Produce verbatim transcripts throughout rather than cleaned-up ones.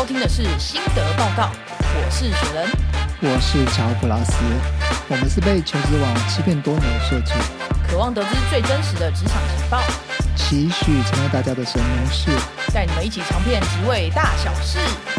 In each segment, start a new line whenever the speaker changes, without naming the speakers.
收听的是心得报告，我是雪人，
我是乔普拉斯。我们是被求职网欺骗多年的社畜，
渴望得知最真实的职场情报，
期许成为大家的神农氏，
带你们一起尝遍职位大小事。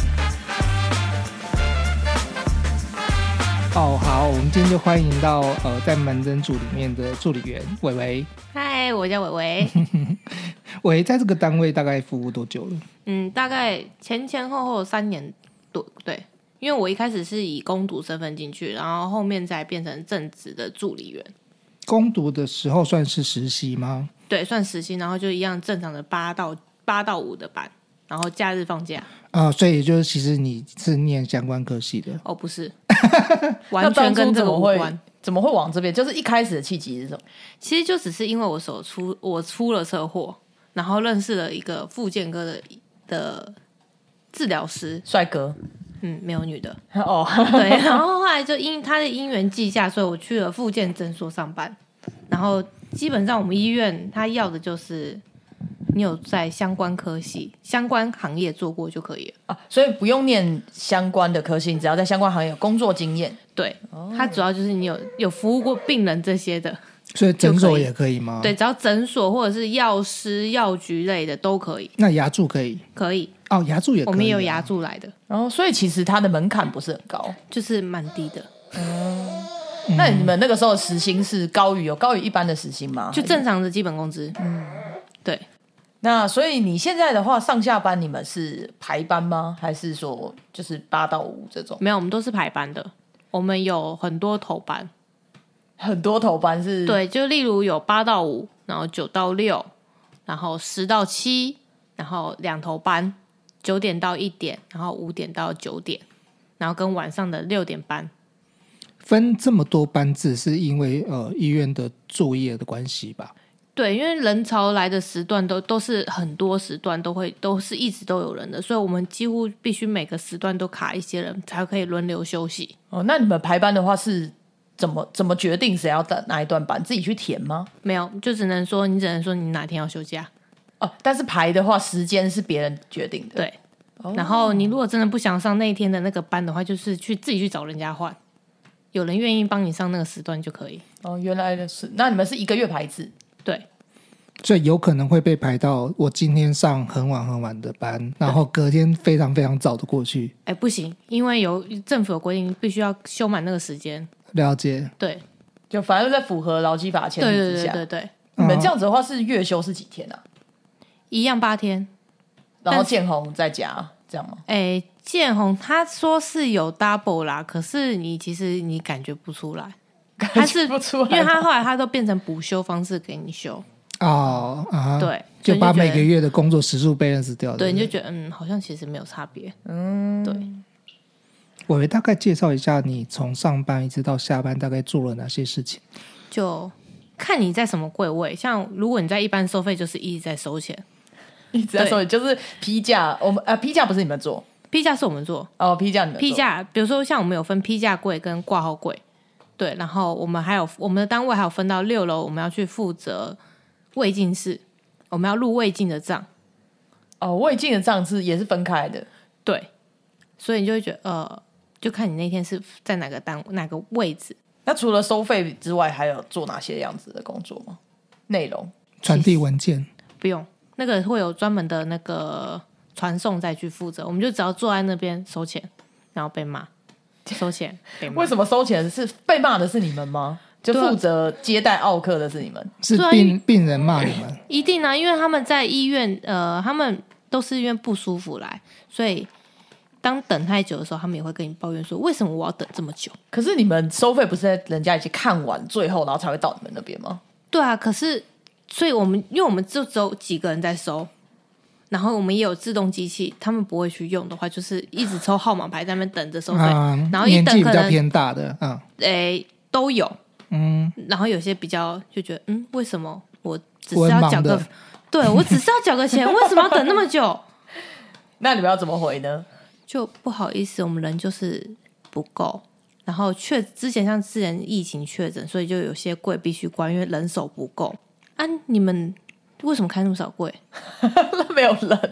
哦，好，我们今天就欢迎到呃，在门诊组里面的助理员伟伟。
嗨，我叫伟伟。
伟在这个单位大概服务多久了？
嗯，大概前前后后三年多，对，因为我一开始是以工读身份进去，然后后面才变成正职的助理员。
工读的时候算是实习吗？
对，算实习，然后就一样正常的八到八到五的班，然后假日放假。
啊、呃，所以就是其实你是念相关科系的？
哦，不是，完全跟这个无关。
怎么会往这边？就是一开始的契机是什么？
其实就只是因为我手出我出了车祸，然后认识了一个复健科的的治疗师，
帅哥。
嗯，没有女的
哦，
对，然后后来就因他的因缘际下，所以我去了复健诊所上班。然后基本上我们医院他要的就是你有在相关科系、相关行业做过就可以了
啊，所以不用念相关的科系，只要在相关行业有工作经验。
对，哦、它主要就是你有有服务过病人这些的，
所以诊所也可以吗？
对，只要诊所或者是药师、药局类的都可以。
那牙助可以？
可以
哦，牙助也可以、啊，
我们也有牙助来的。
然后、哦，所以其实它的门槛不是很高，
就是蛮低的。
嗯。那你们那个时候的时薪是高于有高于一般的时薪吗？
就正常的基本工资。嗯，对。
那所以你现在的话，上下班你们是排班吗？还是说就是八到五这种？
没有，我们都是排班的。我们有很多头班，
很多头班是？
对，就例如有八到五，然后九到六，然后十到七，然后两头班，九点到一点，然后五点到九点，然后跟晚上的六点班。
分这么多班制是因为呃医院的作业的关系吧？
对，因为人潮来的时段都都是很多时段都会都是一直都有人的，所以我们几乎必须每个时段都卡一些人，才可以轮流休息。
哦，那你们排班的话是怎么怎么决定谁要等哪一段班？自己去填吗？
没有，就只能说你只能说你哪天要休假。
哦，但是排的话时间是别人决定的。
对，哦、然后你如果真的不想上那一天的那个班的话，就是去自己去找人家换。有人愿意帮你上那个时段就可以。
哦，原来的是，那你们是一个月排一次？
对，
所以有可能会被排到我今天上很晚很晚的班，然后隔天非常非常早的过去。
哎，不行，因为有政府有规定，必须要休满那个时间。
了解。
对，
就反正在符合劳基法前提之下。
对对对对对。
你们这样子的话是月休是几天啊？
一样八天，
然后见红再加这样吗？
哎，见红他说是有 double 啦，可是你其实你感觉不出来，
感觉不出来，
因为他后来他都变成补休方式给你休。
哦啊，
对，
就把每个月的工作时数被认识掉。
对，你就觉得嗯，好像其实没有差别。嗯，对。
我会大概介绍一下你从上班一直到下班大概做了哪些事情。
就看你在什么柜位，像如果你在一般收费，就是一直在收钱。
一直在收，就是批价，我们呃批价不是你们做，
批价是我们做
哦，批价你们做。
批价，比如说像我们有分批价柜跟挂号柜，对，然后我们还有我们的单位还有分到六楼，我们要去负责胃镜室，我们要入胃镜的账。
哦，胃镜的账是也是分开的，
对，所以你就会觉得呃，就看你那天是在哪个单哪个位置。
那除了收费之外，还有做哪些样子的工作吗？内容
传递文件
不用。那个会有专门的那个传送再去负责，我们就只要坐在那边收钱，然后被骂，收钱被骂。
为什么收钱是被骂的是你们吗？就负责接待奥客的是你们？
是病病人骂你们？
一定啊，因为他们在医院，呃，他们都是因为不舒服来，所以当等太久的时候，他们也会跟你抱怨说，为什么我要等这么久？
可是你们收费不是在人家已经看完最后，然后才会到你们那边吗？
对啊，可是。所以我们因为我们就只有几个人在收，然后我们也有自动机器，他们不会去用的话，就是一直抽号码牌在那边等着收费、
嗯、
然后一等可能
年纪比较偏大的，嗯，
诶都有，
嗯，
然后有些比较就觉得，嗯，为什么我只是要缴个，对我只是要缴个钱，为什么要等那么久？
那你们要怎么回呢？
就不好意思，我们人就是不够。然后确之前像之前疫情确诊，所以就有些柜必须关，因为人手不够。啊，你们为什么开那么少柜？
那没有人啊。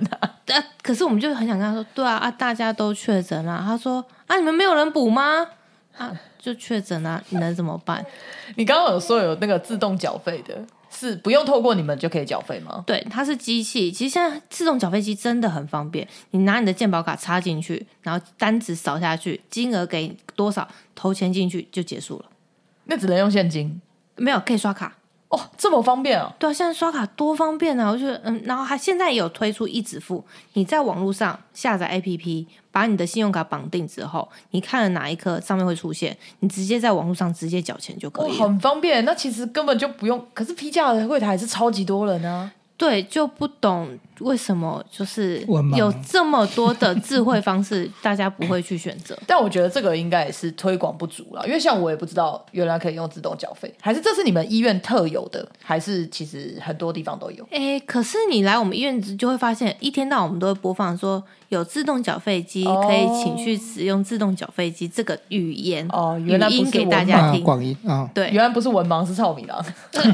啊，可是我们就很想跟他说，对啊啊，大家都确诊了。他说啊，你们没有人补吗？啊，就确诊啊，你能怎么办？
你刚刚有说有那个自动缴费的，是不用透过你们就可以缴费吗？
对，它是机器。其实现在自动缴费机真的很方便，你拿你的健保卡插进去，然后单子扫下去，金额给多少，投钱进去就结束了。
那只能用现金？
没有，可以刷卡。
哦，这么方便啊！
对啊，现在刷卡多方便啊！我觉得，嗯，然后还现在也有推出一指付，你在网络上下载 A P P， 把你的信用卡绑定之后，你看了哪一颗上面会出现，你直接在网络上直接缴钱就可以了。
哦，很方便。那其实根本就不用，可是批价的柜台是超级多人啊。
对，就不懂为什么就是
文盲
有这么多的智慧方式，大家不会去选择。
但我觉得这个应该也是推广不足啦，因为像我也不知道原来可以用自动缴费，还是这是你们医院特有的，还是其实很多地方都有？
哎，可是你来我们医院就会发现，一天到晚我们都会播放说有自动缴费机，
哦
可以请去使用自动缴费机这个语言
哦，原来不是
语音给大家
啊，
听。
广义啊，
对
原来不是文盲，是糙米郎。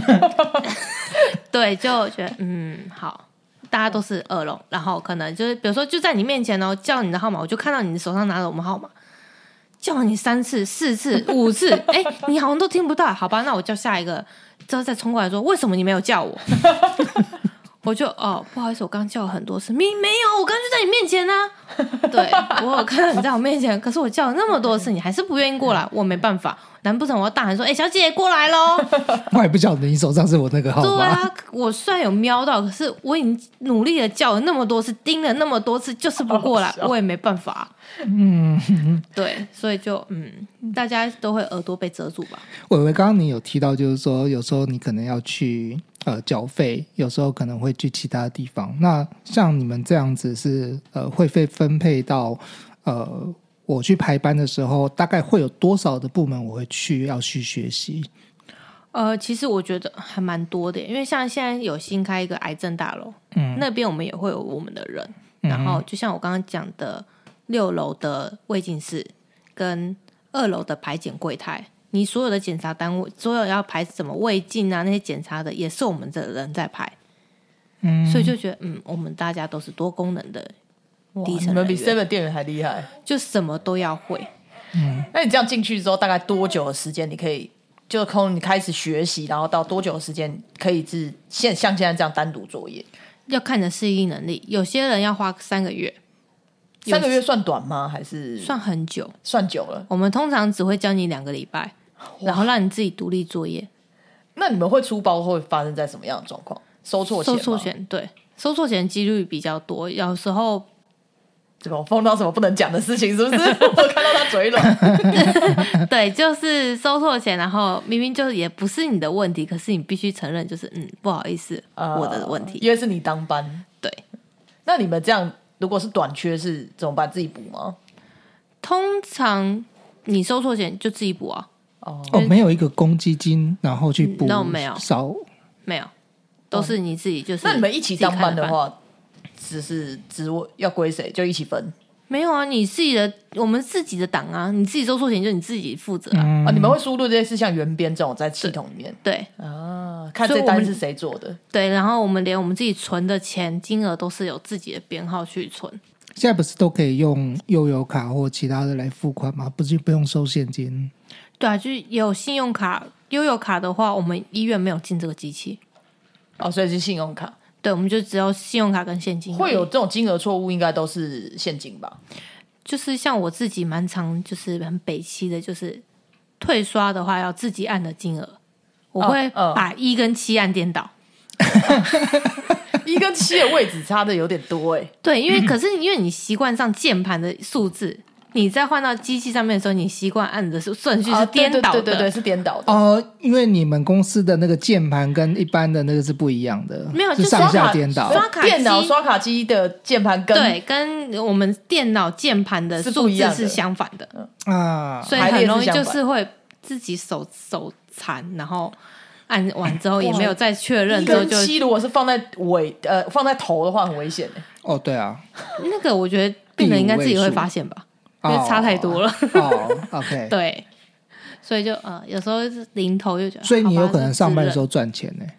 对，就觉得嗯好，大家都是二楼，然后可能就是比如说就在你面前哦，叫你的号码，我就看到你手上拿着我们号码，叫你三次、四次、五次，哎，你好像都听不到，好吧，那我叫下一个，之后再冲过来说，为什么你没有叫我？我就哦，不好意思，我刚刚叫了很多次，你没有，我刚刚就在你面前啊。对，我有看到你在我面前，可是我叫了那么多次，你还是不愿意过来，我没办法，难不成我要大喊说，哎，小姐过来咯。
我也不晓得你手上是我那个号码。
对啊，我虽然有瞄到，可是我已经努力的叫了那么多次，盯了那么多次，就是不过来，我也没办法。
嗯，
对，所以就嗯，大家都会耳朵被遮住吧。
伟伟，刚刚你有提到，就是说有时候你可能要去呃缴费，有时候可能会去其他地方。那像你们这样子是呃会被分配到呃我去排班的时候，大概会有多少的部门我会去要去学习？
呃，其实我觉得还蛮多的，因为像现在有新开一个癌症大楼，
嗯，
那边我们也会有我们的人，
嗯
然后就像我刚刚讲的，六楼的卫镜室跟二楼的排检柜台，你所有的检查单位，所有要排什么胃镜啊那些检查的，也是我们的人在排，
嗯，
所以就觉得嗯，我们大家都是多功能的低
你们比
层人员，
seven 店员还厉害。
就什么都要会。
那你这样进去之后，大概多久的时间你可以就从你开始学习，然后到多久的时间可以是现像现在这样单独作业？
要看你的适应能力，有些人要花三个月，
三个月算短吗？还是
算很久。
算久了？
我们通常只会教你两个礼拜，然后让你自己独立作业。
那你们会出包会发生在什么样的状况？收错钱吗？
收错钱，对，收错钱几率比较多，有时候
这个我碰到什么不能讲的事情，是不是？我看到他嘴软。
对，就是收错钱，然后明明就也不是你的问题，可是你必须承认，就是嗯，不好意思，
呃
我的问题。
因为是你当班。
对，
那你们这样如果是短缺是怎么办？自己补吗？
通常你收错钱就自己补啊。
哦，
哦，没有一个公积金，然后去补，
No，没有
少
没有，都是你自己。就是
那你们一起当班的
自己看
话，只是职位要归谁就一起分
没有啊？你自己的，我们自己的档啊，你自己收错钱就你自己负责啊。
嗯
啊？你们会输入这些事，像原编这种在系统里面
对
啊，看
所以我们
这单是谁做的。
对，然后我们连我们自己存的钱金额都是有自己的编号去存。
现在不是都可以用悠游卡或其他的来付款吗？不是不用收现金？
对啊，就是有信用卡、悠游卡的话，我们医院没有进这个机器。
哦，所以是信用卡。
对，我们就只有信用卡跟现金而已。
会有这种金额错误，应该都是现金吧？
就是像我自己蛮常就是很北七的，就是退刷的话要自己按的金额，我会
哦
把一跟七按颠倒。
一跟七的位置差的有点多哎、
对，因为可是因为你习惯上键盘的数字，你再换到机器上面的时候，你习惯按的是顺序是颠倒的。
啊、对, 对, 对, 对, 对是颠倒的。
哦，因为你们公司的那个键盘跟一般的那个是不一样的，
没有就是
上下
刷卡
颠倒。
刷卡机
电脑刷卡机的键盘跟
对，跟我们电脑键盘的
是
数
不一样的
字是相反的，
啊，
所以很容易就是会自己手手残，然后按完之后也没有再确认，
一
之后就
跟七如果是放在尾呃放在头的话，很危险、欸、
哦，对啊，
那个我觉得病人应该自己会发现吧，因为差太多了。
哦，OK，
对，所以就呃有时候是零头就觉得，
所以你有可能上班的时
候
候赚钱呢，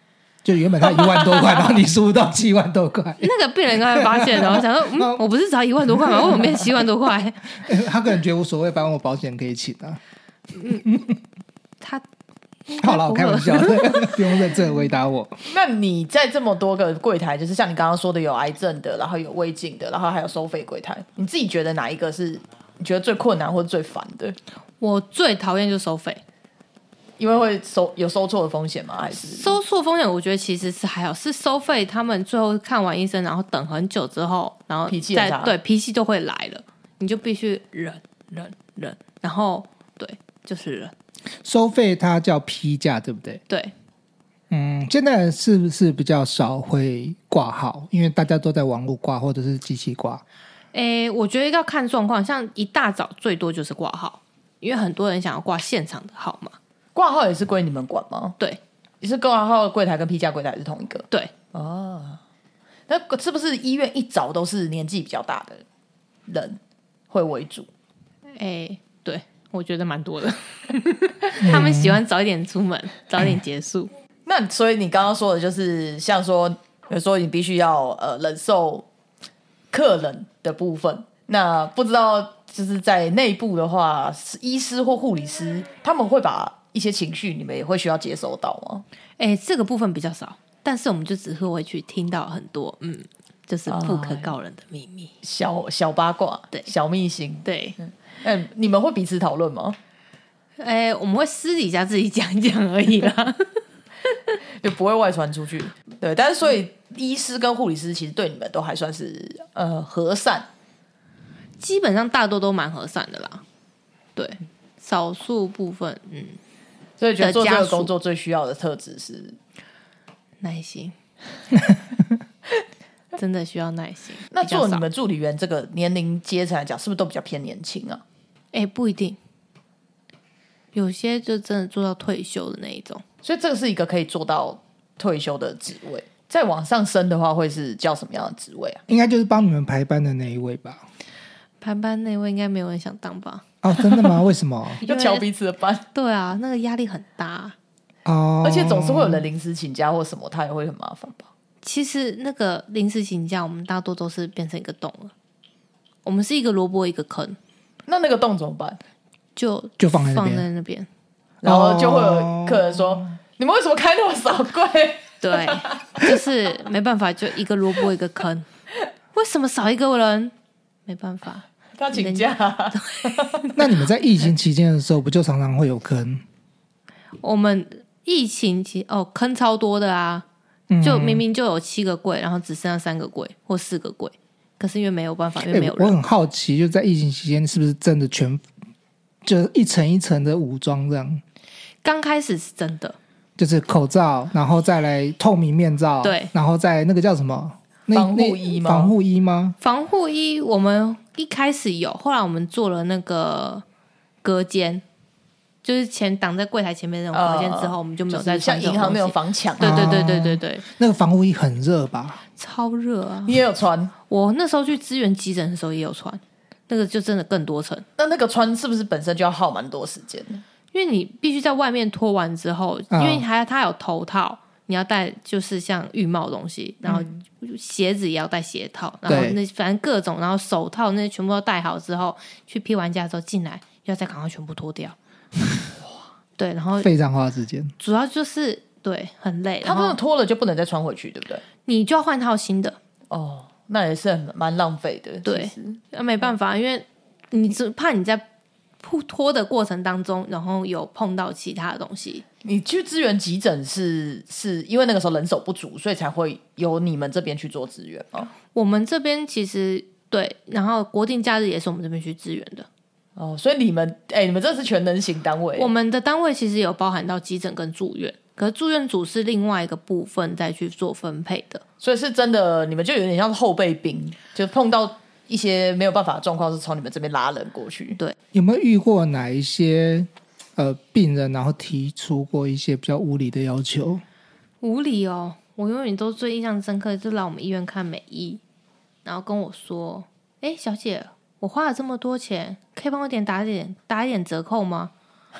就原本他一万多块，然后你输入到七万多块，
那个病人刚才发现的，我想说，嗯，我不是只要一万多块吗？为什么变七万多块？
他可能觉得无所谓，反正我保险可以请啊。
嗯，他
好了，我开玩笑的，不用认真回答我。
那你在这么多个柜台，就是像你刚刚说的，有癌症的，然后有胃镜的，然后还有收费柜台，你自己觉得哪一个是你觉得最困难或者最烦的？
我最讨厌就是收费。
因为会收有收错的风险吗？还是
收错风险？我觉得其实是还好，是收费。他们最后看完医生，然后等很久之后，然后
脾气
再对脾气就会来了，你就必须忍忍忍，然后对，就是忍。
收费它叫批价，对不对？
对，
嗯，现在是不是比较少会挂号？因为大家都在网络挂或者是机器挂。
诶，我觉得要看状况，像一大早最多就是挂号，因为很多人想要挂现场的号码。
挂号也是归你们管吗？
对，
也是挂号的柜台跟批价柜台是同一个。
对，
哦，那是不是医院一早都是年纪比较大的人会为主？
诶，对，我觉得蛮多的，他们喜欢早一点出门，早一点结束。
那所以你刚刚说的就是像说，比如说你必须要呃忍受客人的部分，那不知道就是在内部的话，医师或护理师他们会把一些情绪，你们也会需要接收到吗？
哎，这个部分比较少，但是我们就只是会去听到很多，嗯，就是不可告人的秘密，
小小八卦，
对，
小秘辛，
对。
嗯，嗯你们会彼此讨论吗？
哎，我们会私底下自己讲一讲而已啦，
就不会外传出去。对，但是所以医师跟护理师其实对你们都还算是呃和善，
基本上大多都蛮和善的啦。对，少数部分，嗯。
所以觉得做这个工作最需要的特质是
耐心，真的需要耐心。
那做你们助理员这个年龄阶层来讲，是不是都比较偏年轻啊？
哎，不一定，有些就真的做到退休的那一种。
所以这个是一个可以做到退休的职位。再往上升的话，会是叫什么样的职位啊？
应该就是帮你们排班的那一位吧？
排班那位应该没有人想当吧？
哦，真的吗？为什么？
要调彼此的班。
对啊，那个压力很大
哦，
而且总是会有人临时请假或什么，他也会很麻烦吧？
其实那个临时请假，我们大多都是变成一个洞了。我们是一个萝卜一个坑，
那那个洞怎么办？
就
就放在那边，
放在那边，
然后就会有客人说：“哦、你们为什么开那么少柜？”
对，就是没办法，就一个萝卜一个坑。为什么少一个人？没办法。
他请假、啊，
那你们在疫情期间的时候，不就常常会有坑？
我们疫情期哦，坑超多的啊！
嗯、
就明明就有七个柜，然后只剩下三个柜或四个柜，可是因为没有办法，因为没有人。
欸、我很好奇，就在疫情期间，是不是真的全就一层一层的武装这样？
刚开始是真的，
就是口罩，然后再来透明面罩，
对，
然后再那个叫什么？
防护衣吗？
防护衣吗？
防护衣我们一开始有，后来我们做了那个隔间，就是前挡在柜台前面那种隔间之后，呃、我们就没有再穿
像银行那种防抢。
对对对对对对，
那个防护衣很热吧？
超热啊！
你也有穿？
我那时候去支援急诊的时候也有穿，那个就真的更多层。
那那个穿是不是本身就要耗蛮多时间的？
因为你必须在外面脱完之后，因为还它有头套。你要戴就是像浴帽的东西，然后鞋子也要戴鞋套，然后那反正各种，然后手套那些全部都戴好之后，去批完假之后进来，要再赶快全部脱掉。对，然后
非常花时间，
主要就是对很累。
他们脱了就不能再穿回去，对不对？
你就要换套新的。
哦，那也是很蛮浪费的。
对，那没办法，因为你只怕你在脱的过程当中，然后有碰到其他的东西。
你去支援急诊是是因为那个时候人手不足，所以才会由你们这边去做支援吗？
我们这边其实对，然后国定假日也是我们这边去支援的。
哦，所以你们哎、欸，你们这是全能型单位。
我们的单位其实有包含到急诊跟住院，可是住院组是另外一个部分再去做分配的。
所以是真的，你们就有点像是后备兵，就碰到一些没有办法的状况，是从你们这边拉人过去。
对，
有没有遇过哪一些呃病人，然后提出过一些比较无理的要求？
无理哦，我永远都最印象深刻的就是来我们医院看美医，然后跟我说：“哎，小姐，我花了这么多钱，可以帮我点打点打一点折扣吗？”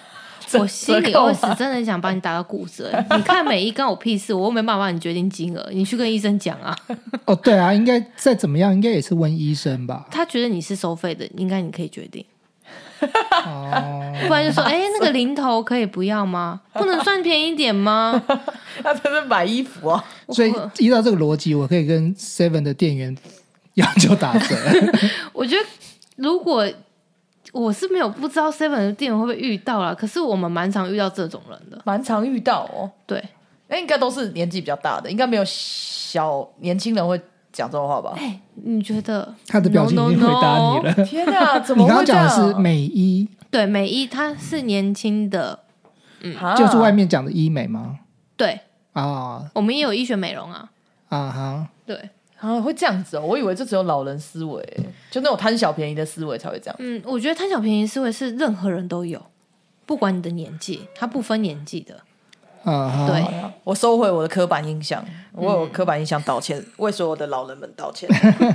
我心里 O S 真的想把你打到骨折。你看美医关我屁事，我又没办法帮你决定金额，你去跟医生讲啊。
哦，对啊，应该再怎么样，应该也是问医生吧。
他觉得你是收费的，应该你可以决定。
哦，
不然就说，哎、欸，那个零头可以不要吗？不能算便宜一点吗？
他真的买衣服啊。
所以依照这个逻辑，我可以跟 Seven 的店员要求打折。
我觉得如果我是没有不知道 Seven 的店员会不会遇到啦，可是我们蛮常遇到这种人的，
蛮常遇到哦。
对，
那应该都是年纪比较大的，应该没有小年轻人会讲这种话吧？
哎、欸，你觉得
他的表情已经回答你了？
no, no, no
天哪，怎么
你刚刚
会这样？
讲的是美医，
对，美医他是年轻的，
嗯，
就是外面讲的医美吗？
对
啊，
我们也有医学美容啊，
啊哈，
对。
啊，会这样子哦！我以为这只有老人思维，就那种贪小便宜的思维才会这样。
嗯，我觉得贪小便宜思维是任何人都有，不管你的年纪，它不分年纪的。
啊哈，
对，
我收回我的刻板印象，我有刻板印象道歉，为所有的老人们道歉。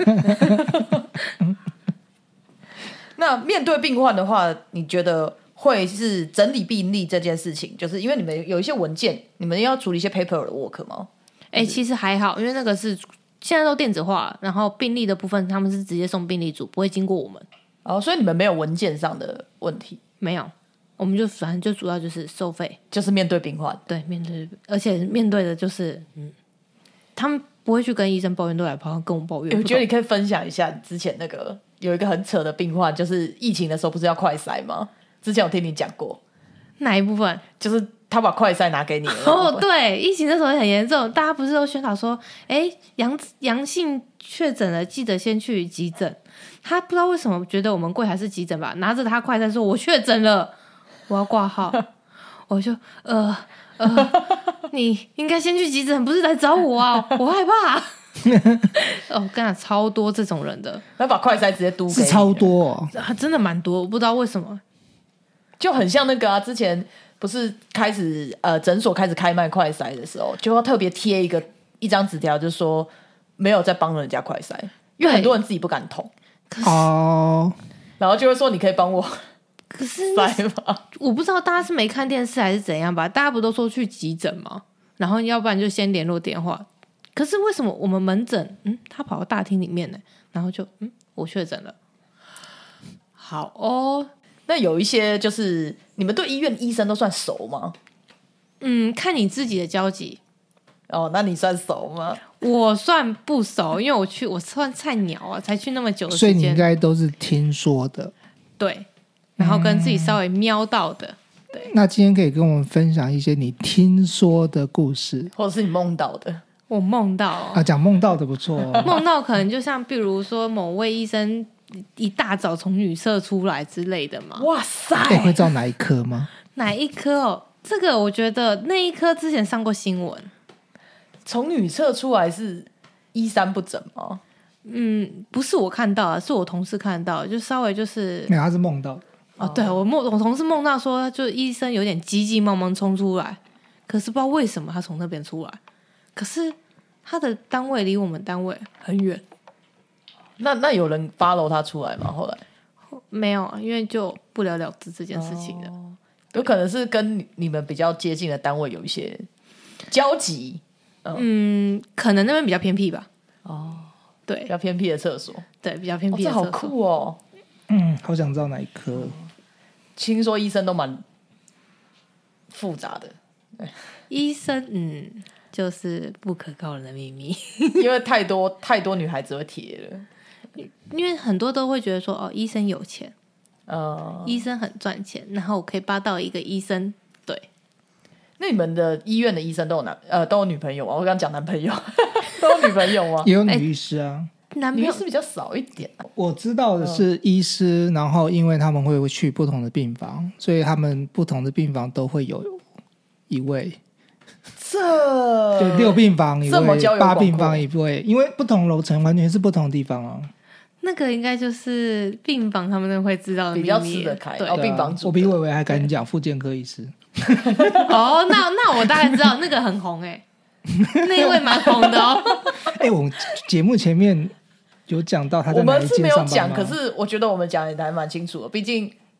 那面对病患的话，你觉得会是整理病历这件事情，就是因为你们有一些文件，你们要处理一些 paper 的 work 吗？
哎、欸，其实还好，因为那个是现在都电子化了，然后病历的部分他们是直接送病历组，不会经过我们。
哦，所以你们没有文件上的问题？
没有，我们就反正就主要就是收费，
就是面对病患。
对，面对，而且面对的就是嗯，他们不会去跟医生抱怨，都来跑跟我抱怨。
我觉得你可以分享一下之前那个有一个很扯的病患，就是疫情的时候不是要快筛吗？之前我听你讲过
哪一部分？
就是他把快筛拿给你了。
哦，对，疫情那时候很严重，大家不是都宣导说，哎，阳阳性确诊了，记得先去急诊。他不知道为什么觉得我们柜台是急诊吧，拿着他快筛说，我确诊了，我要挂号。我就呃呃，你应该先去急诊，不是来找我啊，我害怕。哦，我跟你讲，超多这种人的，
他把快筛直接嘟给你，
是超多哦，
啊，真的蛮多，我不知道为什么，
就很像那个啊，之前不是开始呃诊所开始开卖快筛的时候，就要特别贴一个一张纸条，就是说没有在帮人家快筛，因为很多人自己不敢捅
哦，
然后就会说你可以帮我
可是
筛吗？
我不知道大家是没看电视还是怎样吧，大家不都说去急诊吗？然后要不然就先联络电话。可是为什么我们门诊，嗯，他跑到大厅里面呢，然后就嗯，我确诊了。好哦，
那有一些就是你们对医院医生都算熟吗？
嗯，看你自己的交集。
哦，那你算熟吗？
我算不熟，因为我去我算菜鸟啊，才去那么久的时
所以
间，
你应该都是听说的。
对，然后跟自己稍微瞄到的。对，
那今天可以跟我们分享一些你听说的故事
或者是你梦到的？
我梦到哦，
啊，讲梦到的不错哦。
梦到可能就像比如说某位医生一大早从女厕出来之类的嘛。
哇塞！
哎，会知道哪一科吗？
哪一科哦？这个我觉得那一科之前上过新闻。
从女厕出来是衣衫不整吗？
嗯，不是我看到的，是我同事看到的，就稍微就是
没有，他是梦到的。
哦，对我梦我同事梦到说，就医生有点急急忙忙冲出来，可是不知道为什么他从那边出来，可是他的单位离我们单位很远。
那那有人 follow 他出来吗？后来
没有啊，因为就不了了之这件事情的。
哦，有可能是跟你们比较接近的单位有一些交集。
嗯，可能那边比较偏僻吧。
哦，
对，
比较偏僻的厕所。
对，比较偏
哦，
僻的厕所。
这好酷哦！
嗯，好想知道哪一科。
听说医生都蛮复杂的，
医生，嗯，就是不可告人的秘密，
因为太多太多女孩子会贴了。
因为很多都会觉得说，哦，医生有钱，
呃，
医生很赚钱，然后我可以扒到一个医生。对，
那你们的医院的医生都有男呃都有女朋友吗？我刚刚讲男朋友都有女朋友吗？
也有女医师啊。
男朋友
女士比较少一点啊。
我知道的是医师，然后因为他们会去不同的病房，所以他们不同的病房都会有一位，
这
就六病房一位，
这么交友广阔
八病房一位，因为不同楼层完全是不同地方啊。
那个应该就是病房他们都会知道的秘密，
比较吃得开
对，
哦病房主的
我比伟伟还敢讲复健科医师。
哦，那那我大概知道那个很红哎、欸，那一位蛮红的哦。
哎、我们节目前面有讲到他在
我
哪一
们是没有
间上班吗？
讲，可是我觉得我们讲的还蛮清楚的，毕竟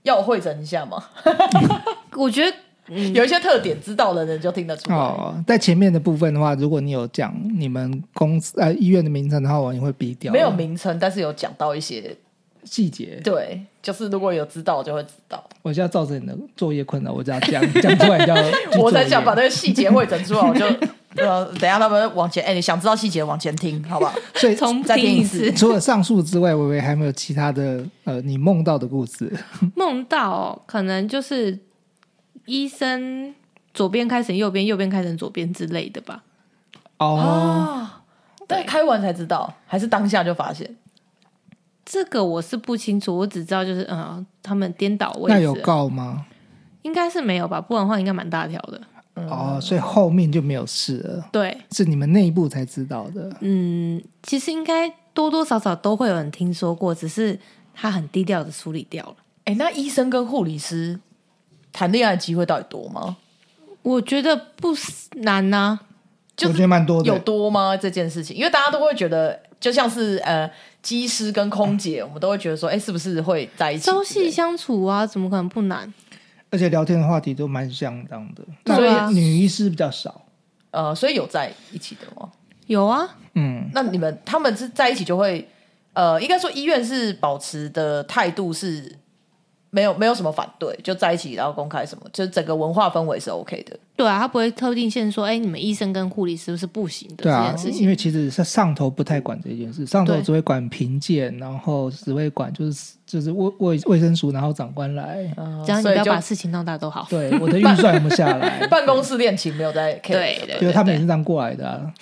要会诊一下吗？
我觉得。嗯、
有一些特点，知道的人就听得出来。
哦，在前面的部分的话，如果你有讲你们公司呃医院的名称的话，我也会逼掉。
没有名称，但是有讲到一些
细节。
对，就是如果有知道，就会知道。
我就要造成你的作业困扰，我只要讲讲出来就要。
我在想把那个细节汇整出来，我就呃，等一下他们往前，哎、欸，你想知道细节往前听，好不好？
所以
重
再
听一次。
除了上述之外，微微还没有其他的呃，你梦到的故事？
梦到、哦、可能就是医生。左边开成右边，右边开成左边之类的吧。
哦，
啊、但开完才知道，还是当下就发现？
这个我是不清楚，我只知道就是嗯，他们颠倒位置。
那有告吗？
应该是没有吧，不然的话应该蛮大条的。
嗯、哦，所以后面就没有事了。
对，
是你们内部才知道的。
嗯，其实应该多多少少都会有人听说过，只是他很低调的处理掉了。
哎，那医生跟护理师谈恋爱的机会到底多吗？
我觉得不难呐、啊，
我觉得蛮多的。
有多吗？这件事情，因为大家都会觉得，就像是呃，机师跟空姐，我们都会觉得说，哎，是不是会在一起？
朝夕相处啊，怎么可能不难？
而且聊天的话题都蛮相当的，
所以、
啊、女医师比较少。
呃，所以有在一起的吗？
有啊，
嗯，
那你们他们是在一起就会，呃，应该说医院是保持的态度是。没有没有什么反对，就在一起然后公开什么，就整个文化氛围是 OK 的。
对啊，他不会特定限说，哎，你们医生跟护理是不是不行的、
对啊、
这件事情。
因为其实是上头不太管这件事，上头只会管评鉴，然后只会管就是就是卫卫卫生署，然后长官来，
嗯、只要你不要把事情闹大都好。
对，我的预算有没有下来？
办公室恋情没有在 care，
对对对，
因为他们也是这样过来的啊。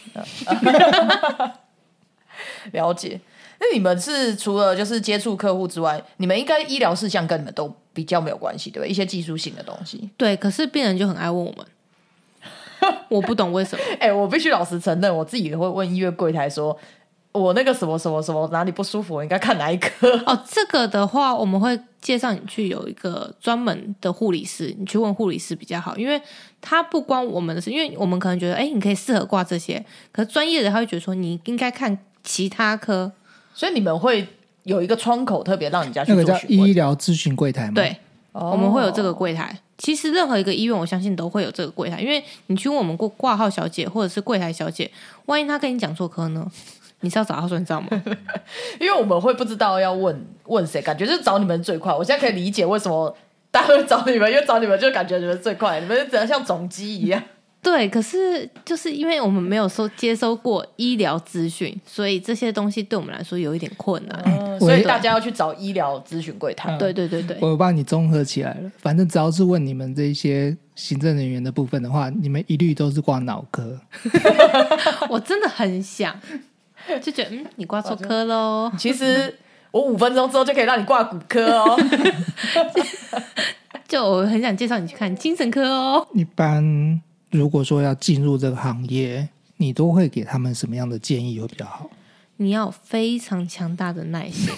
了解。那你们是除了就是接触客户之外，你们应该医疗事项跟你们都比较没有关系，对不对？一些技术性的东西。
对，可是病人就很爱问我们，我不懂为什么。
哎、欸，我必须老实承认，我自己也会问医院柜台说，我那个什么什么什么哪里不舒服，我应该看哪一科？
哦，这个的话，我们会介绍你去有一个专门的护理师，你去问护理师比较好，因为他不关我们的事，因为我们可能觉得，哎，你可以适合挂这些，可是专业的他会觉得说，你应该看其他科。
所以你们会有一个窗口特别让人家去做
那个叫医疗咨询柜台吗？
对、
哦，
我们会有这个柜台。其实任何一个医院我相信都会有这个柜台，因为你去问我们过挂号小姐或者是柜台小姐，万一她跟你讲错科呢，你是要找她算账吗？
因为我们会不知道要问问谁，感觉就是找你们最快。我现在可以理解为什么大家会找你们，因为找你们就感觉你们最快，你们只能像总机一样。
对，可是就是因为我们没有收接收过医疗资讯，所以这些东西对我们来说有一点困难，
嗯、所以大家要去找医疗咨询柜台。
嗯、对对对对，
我帮你综合起来了。反正只要是问你们这一些行政人员的部分的话，你们一律都是挂脑科。
我真的很想，就觉得嗯，你挂错科咯。
其实我五分钟之后就可以让你挂骨科哦。
就我很想介绍你去看精神科哦。
一般如果说要进入这个行业，你都会给他们什么样的建议会比较好？
你要有非常强大的耐心，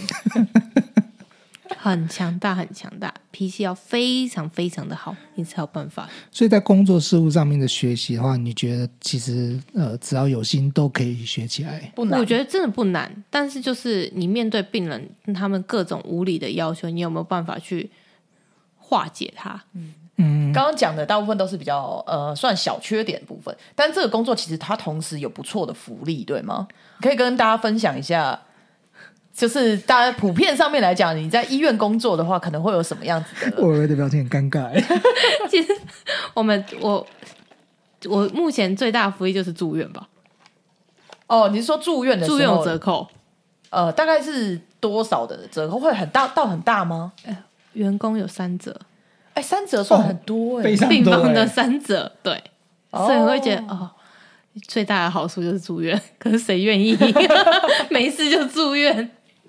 很强大很强大，脾气要非常非常的好，你才有办法。
所以在工作事务上面的学习的话，你觉得其实呃只要有心都可以学起来？
不难，
我觉得真的不难，但是就是你面对病人他们各种无理的要求，你有没有办法去化解它？
嗯嗯，刚刚讲的大部分都是比较呃算小缺点的部分，但这个工作其实它同时有不错的福利，对吗？可以跟大家分享一下，就是大家普遍上面来讲，你在医院工作的话，可能会有什么样子的？
我的表情很尴尬。
其实我们我我目前最大的福利就是住院吧。
哦，你是说住院的时候
住院有折扣？
呃，大概是多少的折扣？会很大到很大吗？
呃、员工有三折。
哎，三折算很多哎、
欸，
病房的三折，对，
哦、
所以会觉得哦，最大的好处就是住院，可是谁愿意没事就住院？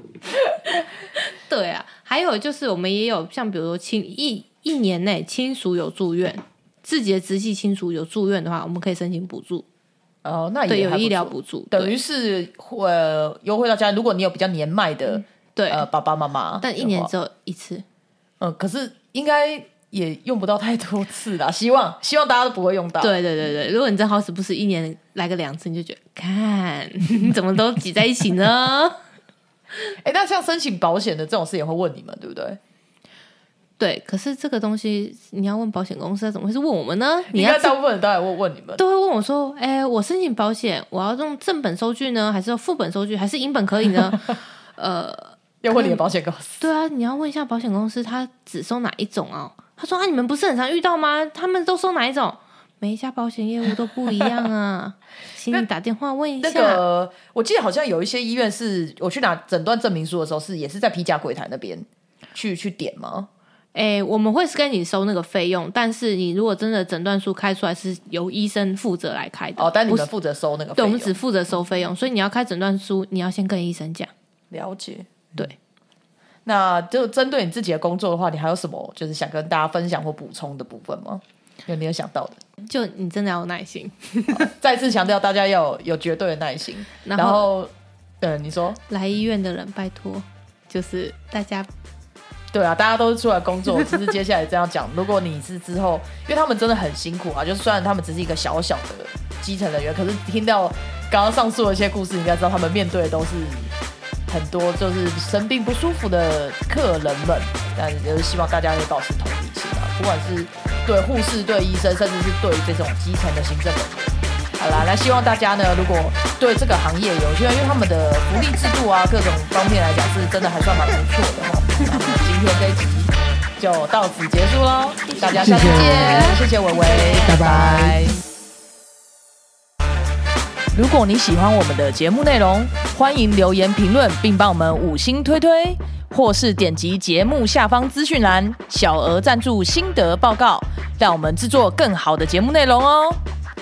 对啊，还有就是我们也有像比如说亲一一年内亲属有住院，自己的直系亲属有住院的话，我们可以申请补助。
哦，那也
对，有医疗补助，
等于是呃优惠到家。如果你有比较年迈的、嗯、
对
呃爸爸妈妈，
但一年只有一次。
嗯，可是应该也用不到太多次啦，希望希望大家都不会用到。
对对对对，如果你真好死不死一年来个两次，你就觉得看你怎么都挤在一起呢？
哎，那像申请保险的这种事也会问你们，对不对？
对，可是这个东西你要问保险公司，怎么会是问我们呢？你
应
要
该大部分人都来问问你们，
都会问我说：“哎，我申请保险，我要用正本收据呢，还是用副本收据，还是银本可以呢？”呃，
要问你的保险公司。
对啊，你要问一下保险公司，他只收哪一种啊？他说：“啊，你们不是很常遇到吗？他们都收哪一种？”每一家保险业务都不一样啊，请你打电话问一下。
那个，我记得好像有一些医院是我去拿诊断证明书的时候，是也是在批价柜台那边去去点吗？
哎，我们会跟你收那个费用，但是你如果真的诊断书开出来是由医生负责来开的。
哦，但你们负责收那个费用。
对，我们只负责收费用，所以你要开诊断书，你要先跟医生讲。
了解。
对。
那就针对你自己的工作的话，你还有什么就是想跟大家分享或补充的部分吗？有你有想到的？
就你真的要有耐心。
再次强调，大家要有有绝对的耐心。然后，然后对你说，
来医院的人拜托，就是大家。
对啊，大家都是出来工作，只是接下来这样讲。如果你是之后，因为他们真的很辛苦啊，就虽然他们只是一个小小的基层人员，可是听到刚刚上述的一些故事，你应该知道他们面对的都是很多就是生病不舒服的客人们。但也是希望大家会保持同理心啊，不管是对护士、对医生，甚至是对这种基层的行政人员。好啦，那希望大家呢，如果对这个行业有趣，因为他们的福利制度啊，各种方面来讲是真的还算蛮不错的哈。那么今天这一集就到此结束喽，大家下次见，谢谢伟伟，
拜拜。
如果你喜欢我们的节目内容，欢迎留言评论，并帮我们五星推推，或是点击节目下方资讯栏小额赞助心得报告，让我们制作更好的节目内容哦。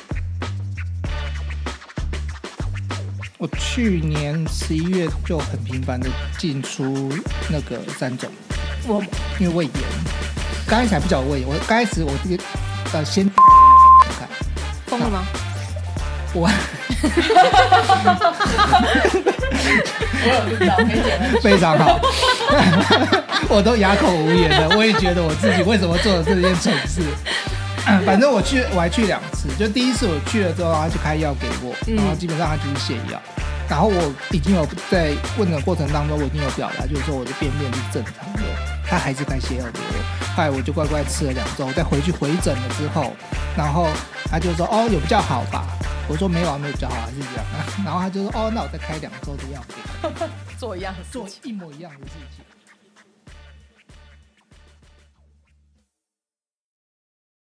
我去年十一月就很频繁的进出那个三种，
我
因为胃炎，刚开始还不叫胃炎，我刚开始我这个呃先看
疯了吗？
我
我有知道，可以剪
非常好，我都哑口无言了。我也觉得我自己为什么做了这件蠢事。反正我去，我还去两次。就第一次我去了之后，他就开药给我，然后基本上他就是泻药。然后我已经有在问的过程当中，我已经有表达，就是说我的便便是正常的，他还是开泻药给我。后来我就乖乖吃了两周，再回去回诊了之后，然后他就说：“哦，有比较好吧？”我说：“没有啊，没有比较好，还是这样。”然后他就说：“哦，那我再开两周的药给我。”
做一样的事情，
做一模一样的事情。